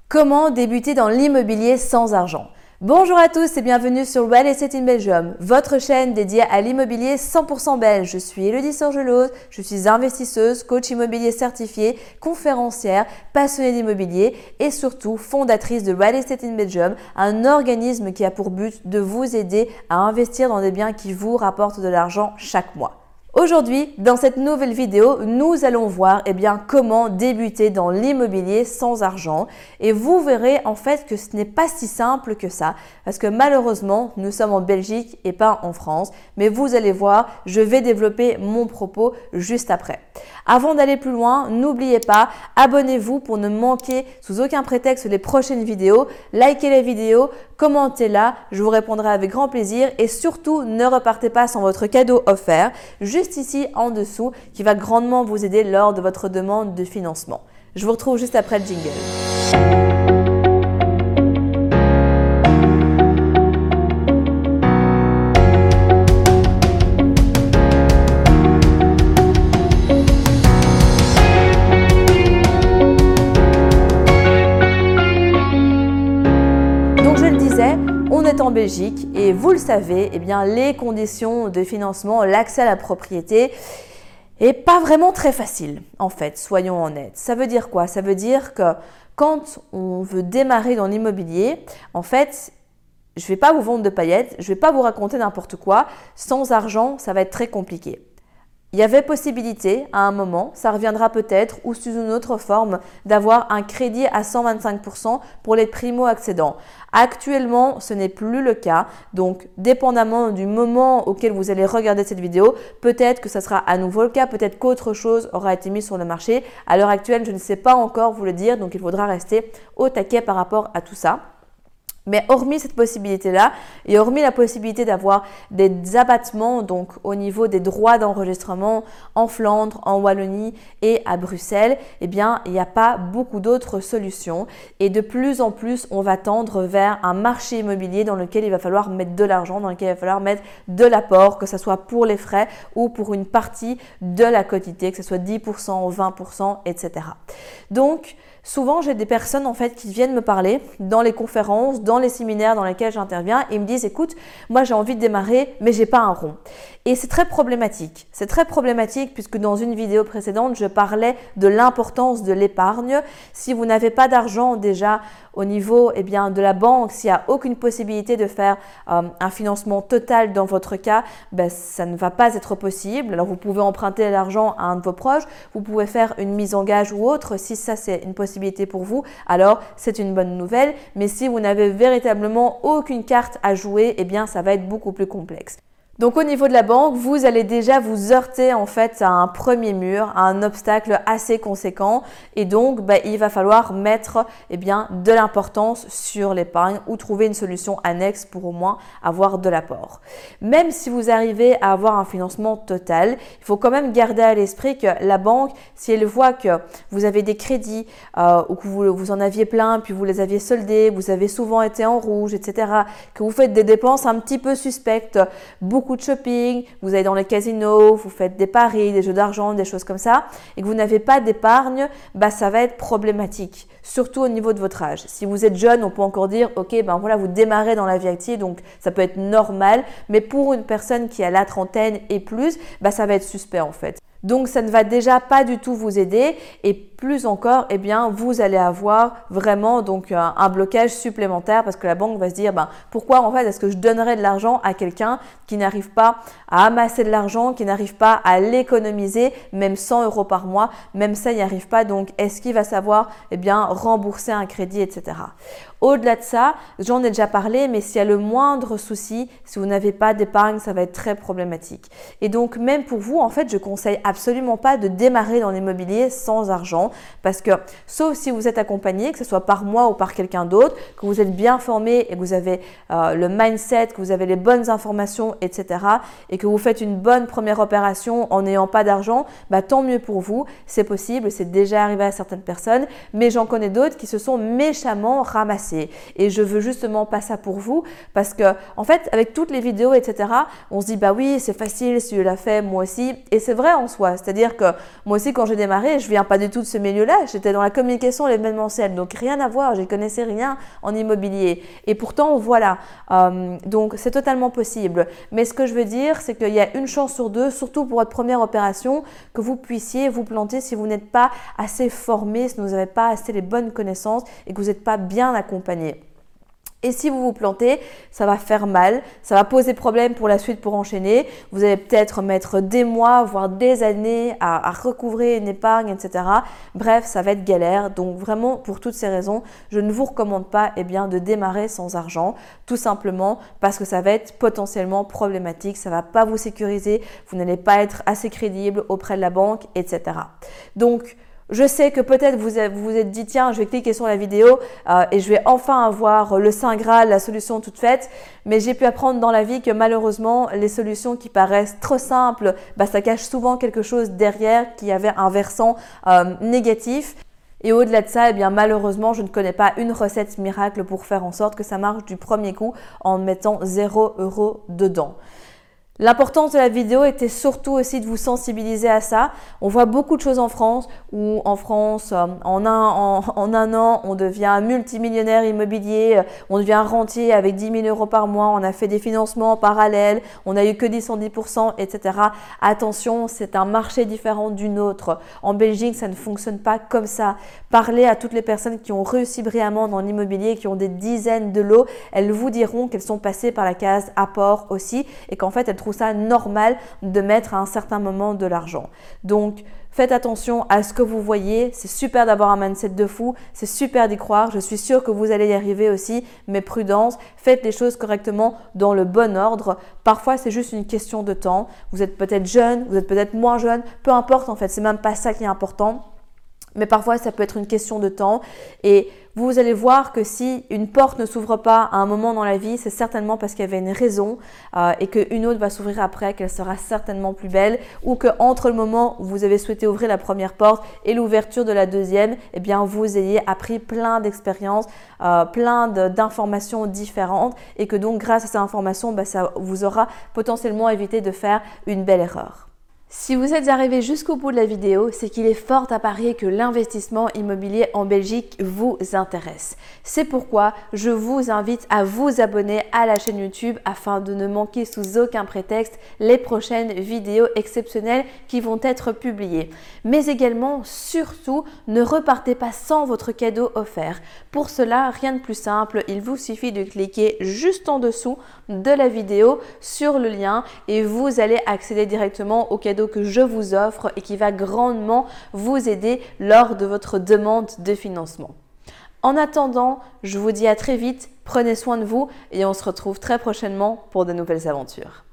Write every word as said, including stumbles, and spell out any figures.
Comment débuter dans l'immobilier sans argent? Bonjour à tous et bienvenue sur Real Estate in Belgium, votre chaîne dédiée à l'immobilier cent pour cent belge. Je suis Elodie Sorgelose, je suis investisseuse, coach immobilier certifié, conférencière, passionnée d'immobilier et surtout fondatrice de Real Estate in Belgium, un organisme qui a pour but de vous aider à investir dans des biens qui vous rapportent de l'argent chaque mois. Aujourd'hui, dans cette nouvelle vidéo, nous allons voir eh bien, comment débuter dans l'immobilier sans argent et vous verrez en fait que ce n'est pas si simple que ça parce que malheureusement, nous sommes en Belgique et pas en France, mais vous allez voir, je vais développer mon propos juste après. Avant d'aller plus loin, n'oubliez pas, abonnez-vous pour ne manquer sous aucun prétexte les prochaines vidéos, likez la vidéo, commentez-la, je vous répondrai avec grand plaisir et surtout ne repartez pas sans votre cadeau offert juste ici en dessous qui va grandement vous aider lors de votre demande de financement. Je vous retrouve juste après le jingle. On est en Belgique et vous le savez, eh bien, les conditions de financement, l'accès à la propriété est pas vraiment très facile en fait, soyons honnêtes. Ça veut dire quoi? Ça veut dire que quand on veut démarrer dans l'immobilier, en fait, je ne vais pas vous vendre de paillettes, je ne vais pas vous raconter n'importe quoi. Sans argent, ça va être très compliqué. Il y avait possibilité à un moment, ça reviendra peut-être ou sous une autre forme, d'avoir un crédit à cent vingt-cinq pour cent pour les primo-accédants. Actuellement, ce n'est plus le cas. Donc, dépendamment du moment auquel vous allez regarder cette vidéo, peut-être que ça sera à nouveau le cas, peut-être qu'autre chose aura été mis sur le marché. À l'heure actuelle, je ne sais pas encore vous le dire, donc il faudra rester au taquet par rapport à tout ça. Mais hormis cette possibilité-là et hormis la possibilité d'avoir des abattements donc au niveau des droits d'enregistrement en Flandre, en Wallonie et à Bruxelles, eh bien, il n'y a pas beaucoup d'autres solutions. Et de plus en plus, on va tendre vers un marché immobilier dans lequel il va falloir mettre de l'argent, dans lequel il va falloir mettre de l'apport, que ce soit pour les frais ou pour une partie de la quotité, que ce soit dix pour cent, vingt pour cent, et cetera. Donc, souvent, j'ai des personnes en fait qui viennent me parler dans les conférences, dans les séminaires dans lesquels j'interviens et ils me disent « Écoute, moi j'ai envie de démarrer, mais j'ai pas un rond. » Et c'est très problématique. C'est très problématique puisque dans une vidéo précédente, je parlais de l'importance de l'épargne. Si vous n'avez pas d'argent déjà au niveau eh bien, de la banque, s'il n'y a aucune possibilité de faire euh, un financement total dans votre cas, ben, ça ne va pas être possible. Alors vous pouvez emprunter l'argent à un de vos proches, vous pouvez faire une mise en gage ou autre. Si ça c'est une possibilité pour vous, alors c'est une bonne nouvelle. Mais si vous n'avez véritablement aucune carte à jouer, eh bien ça va être beaucoup plus complexe. Donc au niveau de la banque, vous allez déjà vous heurter en fait à un premier mur, à un obstacle assez conséquent et donc bah, il va falloir mettre eh bien, de l'importance sur l'épargne ou trouver une solution annexe pour au moins avoir de l'apport. Même si vous arrivez à avoir un financement total, il faut quand même garder à l'esprit que la banque, si elle voit que vous avez des crédits euh, ou que vous, vous en aviez plein puis vous les aviez soldés, vous avez souvent été en rouge, et cetera, que vous faites des dépenses un petit peu suspectes, beaucoup de shopping, vous allez dans les casinos, vous faites des paris, des jeux d'argent, des choses comme ça, et que vous n'avez pas d'épargne, bah ça va être problématique, surtout au niveau de votre âge. Si vous êtes jeune, on peut encore dire, ok, ben voilà, vous démarrez dans la vie active, donc ça peut être normal, mais pour une personne qui a la trentaine et plus, bah ça va être suspect en fait. Donc, ça ne va déjà pas du tout vous aider et plus encore, eh bien, vous allez avoir vraiment donc un, un blocage supplémentaire parce que la banque va se dire, ben, pourquoi en fait est-ce que je donnerais de l'argent à quelqu'un qui n'arrive pas à amasser de l'argent, qui n'arrive pas à l'économiser, même cent euros par mois, même ça, il n'y arrive pas. Donc, est-ce qu'il va savoir, eh bien, rembourser un crédit, et cetera. Au-delà de ça, j'en ai déjà parlé, mais s'il y a le moindre souci, si vous n'avez pas d'épargne, ça va être très problématique. Et donc, même pour vous, en fait, je conseille absolument pas de démarrer dans l'immobilier sans argent parce que, sauf si vous êtes accompagné, que ce soit par moi ou par quelqu'un d'autre, que vous êtes bien formé et que vous avez euh, le mindset, que vous avez les bonnes informations, et cetera et que vous faites une bonne première opération en n'ayant pas d'argent, bah, tant mieux pour vous. C'est possible, c'est déjà arrivé à certaines personnes, mais j'en connais d'autres qui se sont méchamment ramassés. Et je veux justement pas ça pour vous parce que, en fait, avec toutes les vidéos, et cetera, on se dit, bah oui, c'est facile, si je l'ai fait, moi aussi. Et c'est vrai en soi. C'est-à-dire que moi aussi, quand j'ai démarré, je viens pas du tout de ce milieu-là, j'étais dans la communication événementielle, donc rien à voir, je ne connaissais rien en immobilier. Et pourtant, voilà, euh, donc c'est totalement possible. Mais ce que je veux dire, c'est qu'il y a une chance sur deux, surtout pour votre première opération, que vous puissiez vous planter si vous n'êtes pas assez formé, si vous n'avez pas assez les bonnes connaissances et que vous n'êtes pas bien accompagné. Et si vous vous plantez, ça va faire mal, ça va poser problème pour la suite pour enchaîner. Vous allez peut-être mettre des mois, voire des années à, à recouvrer une épargne, et cetera. Bref, ça va être galère. Donc vraiment, pour toutes ces raisons, je ne vous recommande pas eh bien, de démarrer sans argent, tout simplement parce que ça va être potentiellement problématique. Ça ne va pas vous sécuriser, vous n'allez pas être assez crédible auprès de la banque, et cetera. Donc, je sais que peut-être vous vous vous êtes dit tiens, je vais cliquer sur la vidéo euh, et je vais enfin avoir le Saint Graal, la solution toute faite. Mais j'ai pu apprendre dans la vie que malheureusement, les solutions qui paraissent trop simples, bah, ça cache souvent quelque chose derrière qui avait un versant euh, négatif. Et au-delà de ça, eh bien, malheureusement, je ne connais pas une recette miracle pour faire en sorte que ça marche du premier coup en mettant zéro euro dedans. L'importance de la vidéo était surtout aussi de vous sensibiliser à ça. On voit beaucoup de choses en France où en France, en un, en, en un an, on devient multimillionnaire immobilier, on devient rentier avec dix mille euros par mois, on a fait des financements parallèles, on a eu que dix, dix pour cent, et cetera. Attention, c'est un marché différent du nôtre. En Belgique, ça ne fonctionne pas comme ça. Parlez à toutes les personnes qui ont réussi brillamment dans l'immobilier, qui ont des dizaines de lots, elles vous diront qu'elles sont passées par la case apport aussi et qu'en fait, elles trouvent ça normal de mettre à un certain moment de l'argent. Donc, faites attention à ce que vous voyez. C'est super d'avoir un mindset de fou. C'est super d'y croire. Je suis sûre que vous allez y arriver aussi. Mais prudence, faites les choses correctement dans le bon ordre. Parfois, c'est juste une question de temps. Vous êtes peut-être jeune, vous êtes peut-être moins jeune. Peu importe en fait, c'est même pas ça qui est important. Mais parfois, ça peut être une question de temps et vous allez voir que si une porte ne s'ouvre pas à un moment dans la vie, c'est certainement parce qu'il y avait une raison euh, et qu'une autre va s'ouvrir après, qu'elle sera certainement plus belle ou qu'entre le moment où vous avez souhaité ouvrir la première porte et l'ouverture de la deuxième, eh bien, vous ayez appris plein d'expériences, euh, plein d'informations différentes et que donc grâce à ces informations, bah, ça vous aura potentiellement évité de faire une belle erreur. Si vous êtes arrivé jusqu'au bout de la vidéo, c'est qu'il est fort à parier que l'investissement immobilier en Belgique vous intéresse. C'est pourquoi je vous invite à vous abonner à la chaîne YouTube afin de ne manquer sous aucun prétexte les prochaines vidéos exceptionnelles qui vont être publiées. Mais également, surtout, ne repartez pas sans votre cadeau offert. Pour cela, rien de plus simple, il vous suffit de cliquer juste en dessous de la vidéo sur le lien et vous allez accéder directement au cadeau que je vous offre et qui va grandement vous aider lors de votre demande de financement. En attendant, je vous dis à très vite, prenez soin de vous et on se retrouve très prochainement pour de nouvelles aventures.